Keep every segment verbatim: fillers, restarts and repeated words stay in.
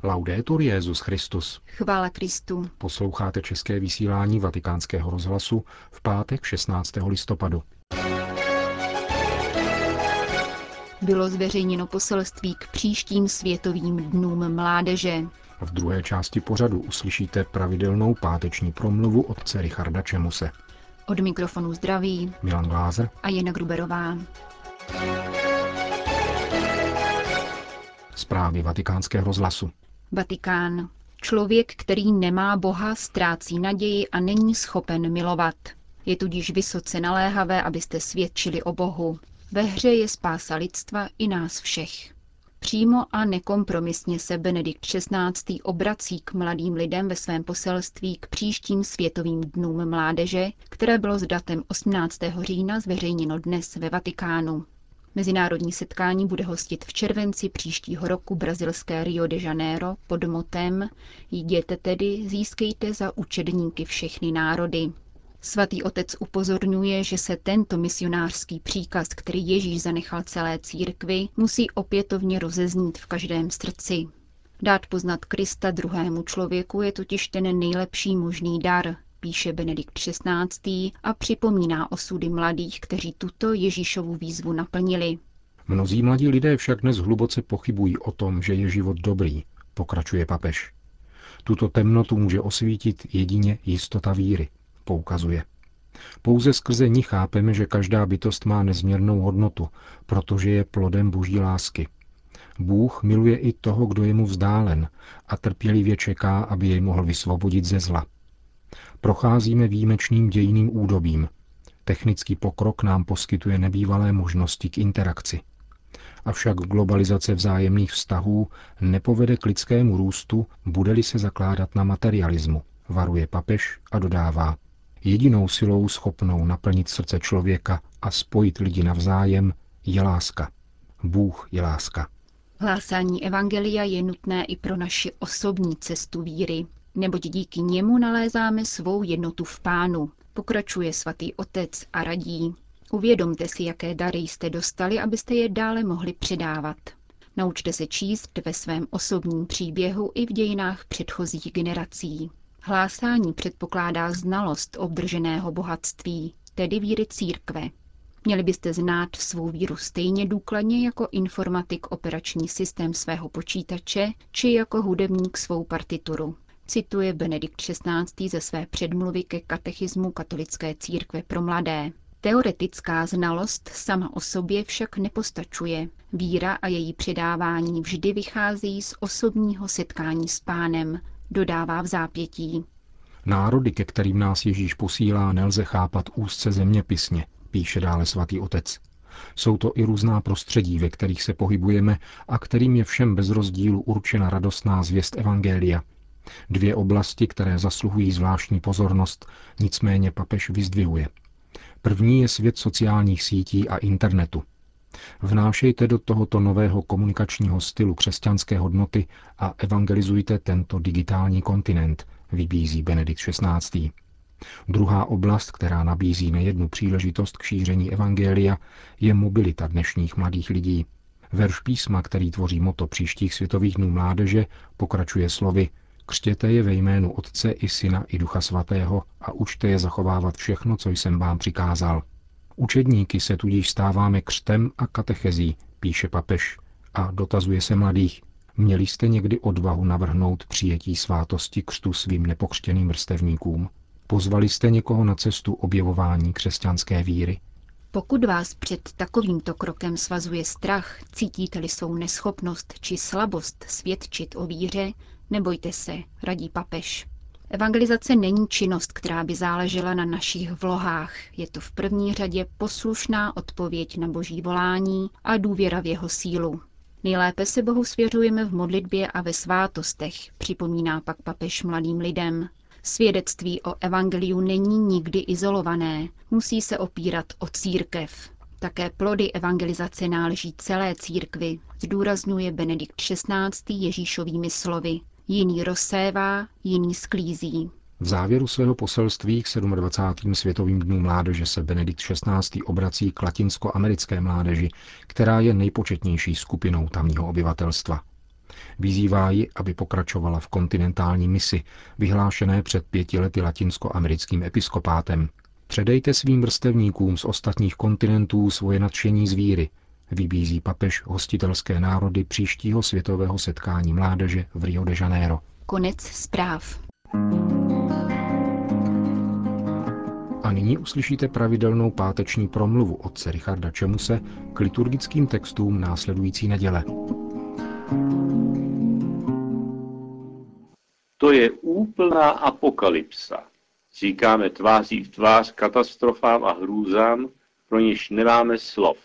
Laudetur Jesus Christus. Chvála Kristu. Posloucháte české vysílání Vatikánského rozhlasu v pátek šestnáctého listopadu. Bylo zveřejněno poselství k příštím světovým dnům mládeže. V druhé části pořadu uslyšíte pravidelnou páteční promluvu otce Richarda Čemuse. Od mikrofonu zdraví Milan Glázer a Jana Gruberová. Zprávy Vatikánského rozhlasu. Vatikán. Člověk, který nemá Boha, ztrácí naději a není schopen milovat. Je tudíž vysoce naléhavé, abyste svědčili o Bohu. Ve hře je spása lidstva i nás všech. Přímo a nekompromisně se Benedikt šestnáctý obrací k mladým lidem ve svém poselství k příštím světovým dnům mládeže, které bylo s datem osmnáctého října zveřejněno dnes ve Vatikánu. Mezinárodní setkání bude hostit v červenci příštího roku brazilské Rio de Janeiro pod motem Jděte tedy, získejte za učedníky všechny národy. Svatý otec upozorňuje, že se tento misionářský příkaz, který Ježíš zanechal celé církvi, musí opětovně rozeznít v každém srdci. Dát poznat Krista druhému člověku je totiž ten nejlepší možný dar, píše Benedikt šestnáctý a připomíná osudy mladých, kteří tuto Ježíšovu výzvu naplnili. Mnozí mladí lidé však dnes hluboce pochybují o tom, že je život dobrý, pokračuje papež. Tuto temnotu může osvítit jedině jistota víry, poukazuje. Pouze skrze ní chápeme, že každá bytost má nezměrnou hodnotu, protože je plodem boží lásky. Bůh miluje i toho, kdo je mu vzdálen a trpělivě čeká, aby jej mohl vysvobodit ze zla. Procházíme výjimečným dějiným údobím. Technický pokrok nám poskytuje nebývalé možnosti k interakci. Avšak globalizace vzájemných vztahů nepovede k lidskému růstu, bude-li se zakládat na materialismu, varuje papež a dodává. Jedinou silou schopnou naplnit srdce člověka a spojit lidi navzájem je láska. Bůh je láska. Hlásání evangelia je nutné i pro naši osobní cestu víry, neboť díky němu nalézáme svou jednotu v Pánu, pokračuje svatý otec a radí. Uvědomte si, jaké dary jste dostali, abyste je dále mohli předávat. Naučte se číst ve svém osobním příběhu i v dějinách předchozích generací. Hlásání předpokládá znalost obdrženého bohatství, tedy víry církve. Měli byste znát svou víru stejně důkladně jako informatik operační systém svého počítače či jako hudebník svou partituru, cituje Benedikt šestnáctý ze své předmluvy ke katechismu katolické církve pro mladé. Teoretická znalost sama o sobě však nepostačuje. Víra a její předávání vždy vychází z osobního setkání s Pánem, dodává v zápětí. Národy, ke kterým nás Ježíš posílá, nelze chápat úzce zeměpisně, píše dále svatý otec. Jsou to i různá prostředí, ve kterých se pohybujeme a kterým je všem bez rozdílu určena radostná zvěst evangelia. Dvě oblasti, které zasluhují zvláštní pozornost, nicméně papež vyzdvihuje. První je svět sociálních sítí a internetu. Vnášejte do tohoto nového komunikačního stylu křesťanské hodnoty a evangelizujte tento digitální kontinent, vybízí Benedikt šestnáctý. Druhá oblast, která nabízí nejednu příležitost k šíření evangelia, je mobilita dnešních mladých lidí. Verš písma, který tvoří motto příštích světových dnů mládeže, pokračuje slovy: Křtěte je ve jménu Otce i Syna i Ducha Svatého a učte je zachovávat všechno, co jsem vám přikázal. Učedníky se tudíž stáváme křtem a katechezí, píše papež, a dotazuje se mladých. Měli jste někdy odvahu navrhnout přijetí svátosti křtu svým nepokřtěným vrstevníkům? Pozvali jste někoho na cestu objevování křesťanské víry? Pokud vás před takovýmto krokem svazuje strach, cítíte-li svou neschopnost či slabost svědčit o víře, nebojte se, radí papež. Evangelizace není činnost, která by záležela na našich vlohách. Je to v první řadě poslušná odpověď na boží volání a důvěra v jeho sílu. Nejlépe se Bohu svěřujeme v modlitbě a ve svátostech, připomíná pak papež mladým lidem. Svědectví o evangeliu není nikdy izolované, musí se opírat o církev. Také plody evangelizace náleží celé církvi, zdůrazňuje Benedikt šestnáctý Ježíšovými slovy. Jiný rozsévá, jiný sklízí. V závěru svého poselství k dvacátým sedmým světovým dnům mládeže se Benedikt šestnáctý obrací k latinskoamerické mládeži, která je nejpočetnější skupinou tamního obyvatelstva. Vyzývá ji, aby pokračovala v kontinentální misi, vyhlášené před pěti lety latinskoamerickým episkopátem. Předejte svým vrstevníkům z ostatních kontinentů svoje nadšení z víry, vybízí papež hostitelské národy příštího světového setkání mládeže v Rio de Janeiro. Konec zpráv. A nyní uslyšíte pravidelnou páteční promluvu otce Richarda Čemuse k liturgickým textům následující neděle. To je úplná apokalypsa. Říkáme tváří v tvář katastrofám a hrůzám, pro něž nemáme slov.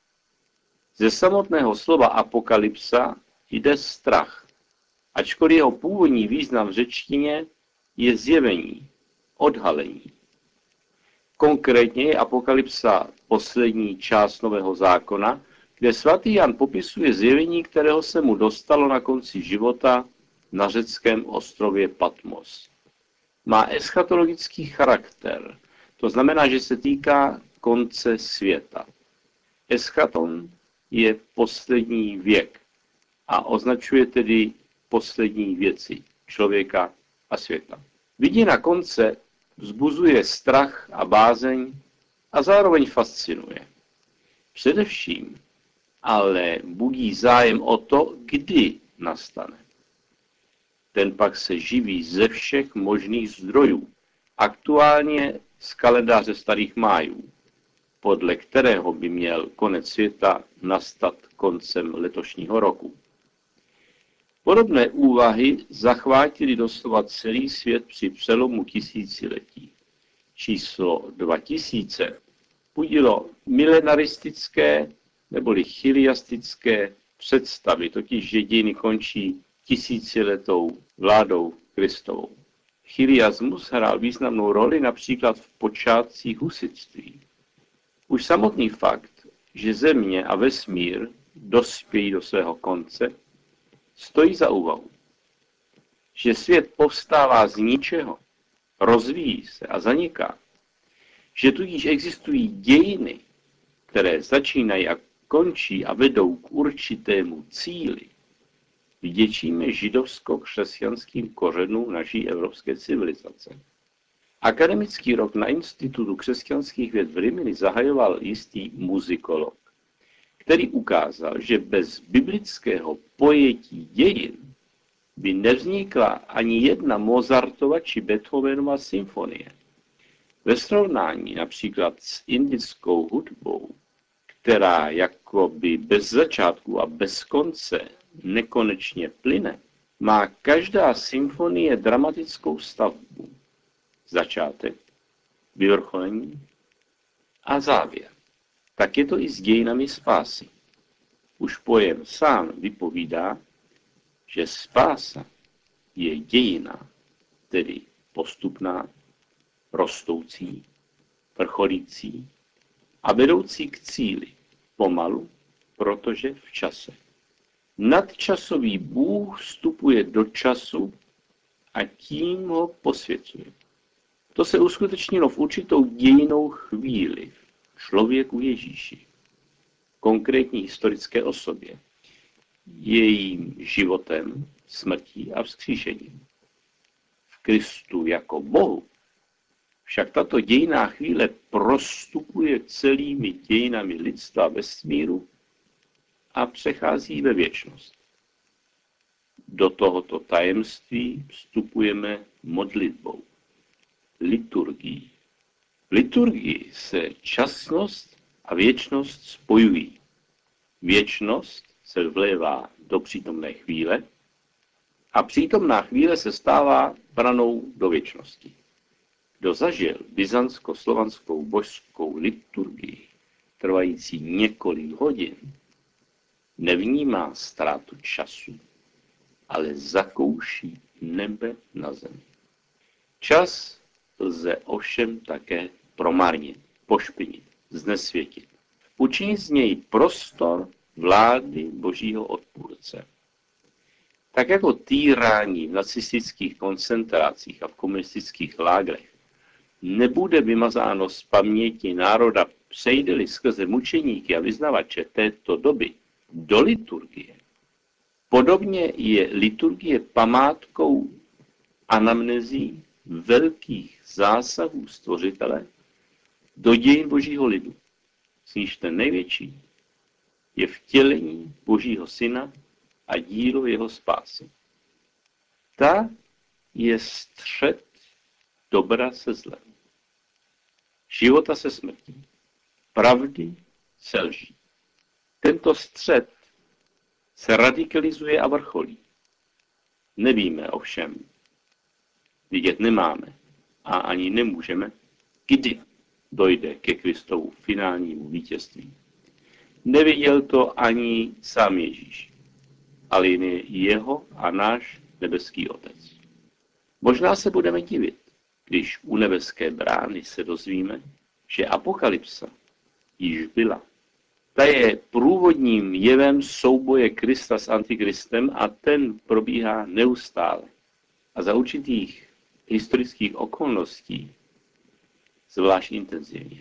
Ze samotného slova apokalypsa jde strach, ačkoliv jeho původní význam v řečtině je zjevení, odhalení. Konkrétně je apokalypsa poslední část Nového zákona, kde svatý Jan popisuje zjevení, kterého se mu dostalo na konci života na řeckém ostrově Patmos. Má eschatologický charakter, to znamená, že se týká konce světa. Eschaton je poslední věk a označuje tedy poslední věci člověka a světa. Vidina konce vzbuzuje strach a bázeň a zároveň fascinuje. Především ale budí zájem o to, kdy nastane. Ten pak se živí ze všech možných zdrojů, aktuálně z kalendáře starých májů, podle kterého by měl konec světa nastat koncem letošního roku. Podobné úvahy zachvátily doslova celý svět při přelomu tisíciletí. Číslo dva tisíce budilo milenaristické neboli chiliastické představy, totiž že dějiny končí tisíciletou vládou Kristovou. Chiliasmus hrál významnou roli například v počátcích husitství. Už samotný fakt, že země a vesmír dospějí do svého konce, stojí za úvahu. Že svět povstává z ničeho, rozvíjí se a zaniká, že tudíž existují dějiny, které začínají a končí a vedou k určitému cíli, vděčíme židovsko-křesťanským kořenům naší evropské civilizace. Akademický rok na Institutu křesťanských věd v Rimini zahajoval jistý muzikolog, který ukázal, že bez biblického pojetí dějin by nevznikla ani jedna Mozartova či Beethovenova symfonie. Ve srovnání například s indickou hudbou, která jakoby bez začátku a bez konce nekonečně plyne, má každá symfonie dramatickou stavbu. Začátek, vyvrcholení a závěr. Tak je to i s dějinami spásy. Už pojem sám vypovídá, že spása je dějina, tedy postupná, rostoucí, vrcholící a vedoucí k cíli, pomalu, protože v čase. Nadčasový Bůh vstupuje do času a tím ho posvěcuje. To se uskutečnilo v určitou dějinou chvíli v člověku Ježíši, konkrétní historické osobě, jejím životem, smrtí a vzkříšením. V Kristu jako Bohu však tato dějinná chvíle prostupuje celými dějinami lidstva vesmíru a přechází ve věčnost. Do tohoto tajemství vstupujeme modlitbou, liturgií. V liturgii se časnost a věčnost spojují. Věčnost se vlévá do přítomné chvíle a přítomná chvíle se stává branou do věčnosti. Kdo zažil byzantsko-slovanskou božskou liturgii, trvající několik hodin, nevnímá ztrátu času, ale zakouší nebe na zemi. Čas lze ovšem také promarnit, pošpinit, znesvětit. Učinit z něj prostor vlády božího odpůrce. Tak jako týrání v nacistických koncentrácích a v komunistických lágrech nebude vymazáno z paměti národa, přejde-li skrze mučeníky a vyznavače této doby do liturgie, Podobně je liturgie památkou anamnezí velkých zásahů Stvořitele do dějin Božího lidu. Z níž ten největší je vtělení Božího Syna a dílo jeho spásy. Ta je střet dobra se zlem, života se smrtí, pravdy se lží. Tento střet se radikalizuje a vrcholí. Nevíme ovšem, vidět nemáme a ani nemůžeme, kdy dojde ke Kristovu finálnímu vítězství. Neviděl to ani sám Ježíš, ale jen jeho a náš nebeský Otec. Možná se budeme divit, když u nebeské brány se dozvíme, že apokalypsa již byla. Ta je průvodním jevem souboje Krista s Antikristem a ten probíhá neustále. A za určitých historických okolností zvlášť intenzivně.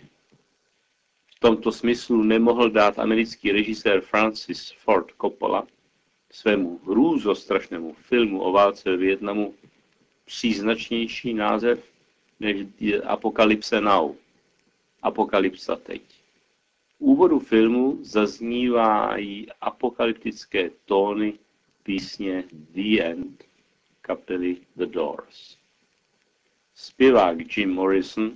V tomto smyslu nemohl dát americký režisér Francis Ford Coppola svému hrůzostrašnému filmu o válce ve Vietnamu příznačnější název než Apokalypse Now. Apokalypsa teď. V úvodu filmu zaznívají apokalyptické tóny písně The End kapely The Doors. Zpěvák Jim Morrison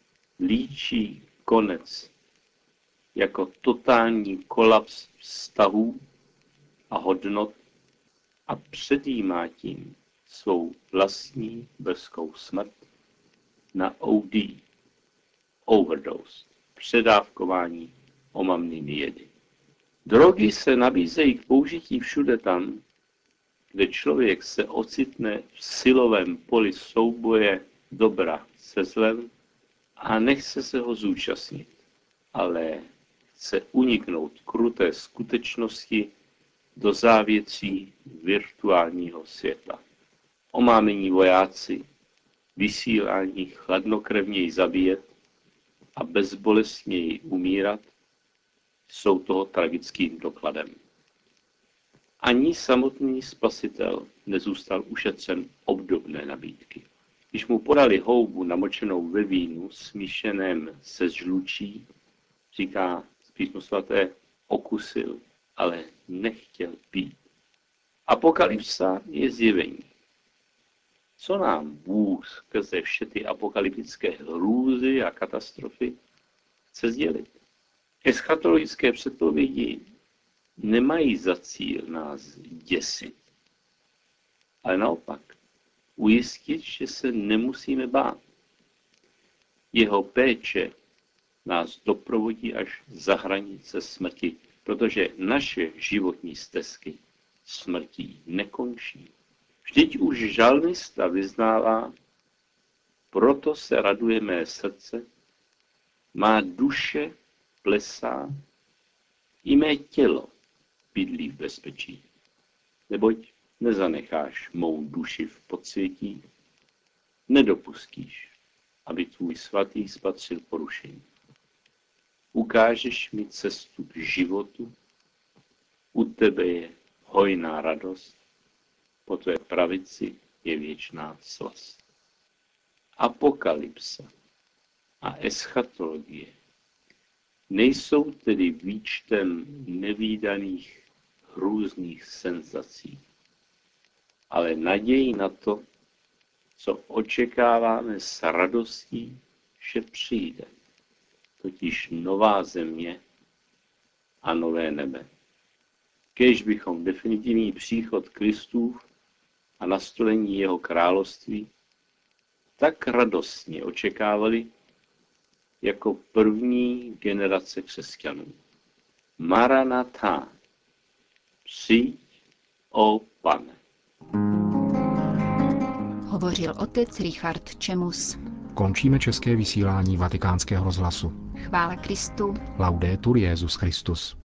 líčí konec jako totální kolaps vztahů a hodnot a předjímá tím svou vlastní brzkou smrt na O D, overdose, předávkování omamnými jedy. Drogy se nabízejí k použití všude tam, kde člověk se ocitne v silovém poli souboje dobra se zlem a nechce se ho zúčastnit, ale chce uniknout kruté skutečnosti do závětří virtuálního světa. Omámení vojáci, vysílání chladnokrevněji zabíjet a bezbolestněji umírat jsou toho tragickým dokladem. Ani samotný Spasitel nezůstal ušetřen obdobné nabídky. Když mu podali houbu namočenou ve vínu smíšeném se žlučí, říká Písmo svaté, okusil, ale nechtěl pít. Apokalypsa je zjevení. Co nám Bůh skrze vše ty apokalyptické hrůzy a katastrofy chce sdělit? Eschatologické předpovědi nemají za cíl nás děsit, ale naopak ujistit, že se nemusíme bát. Jeho péče nás doprovodí až za hranice smrti, protože naše životní stezky smrtí nekončí. Vždyť už žalmista vyznává, proto se raduje mé srdce, má duše plesá, i mé tělo bydlí v bezpečí, neboť nezanecháš mou duši v podsvětí, nedopustíš, aby tvůj svatý spatřil porušení. Ukážeš mi cestu k životu, u tebe je hojná radost, po tvé pravici je věčná slast. Apokalypsa a eschatologie nejsou tedy výčtem nevídaných hrůzných senzací, ale naději na to, co očekáváme s radostí, že přijde, totiž nová země a nové nebe. Kéž bychom definitivní příchod Kristův a nastolení jeho království tak radostně očekávali jako první generace křesťanů. Maranatha, přijď, ó Pane. Hovořil otec Richard Čemus. Končíme české vysílání Vatikánského rozhlasu. Chvála Kristu. Laudetur Jesus Christus.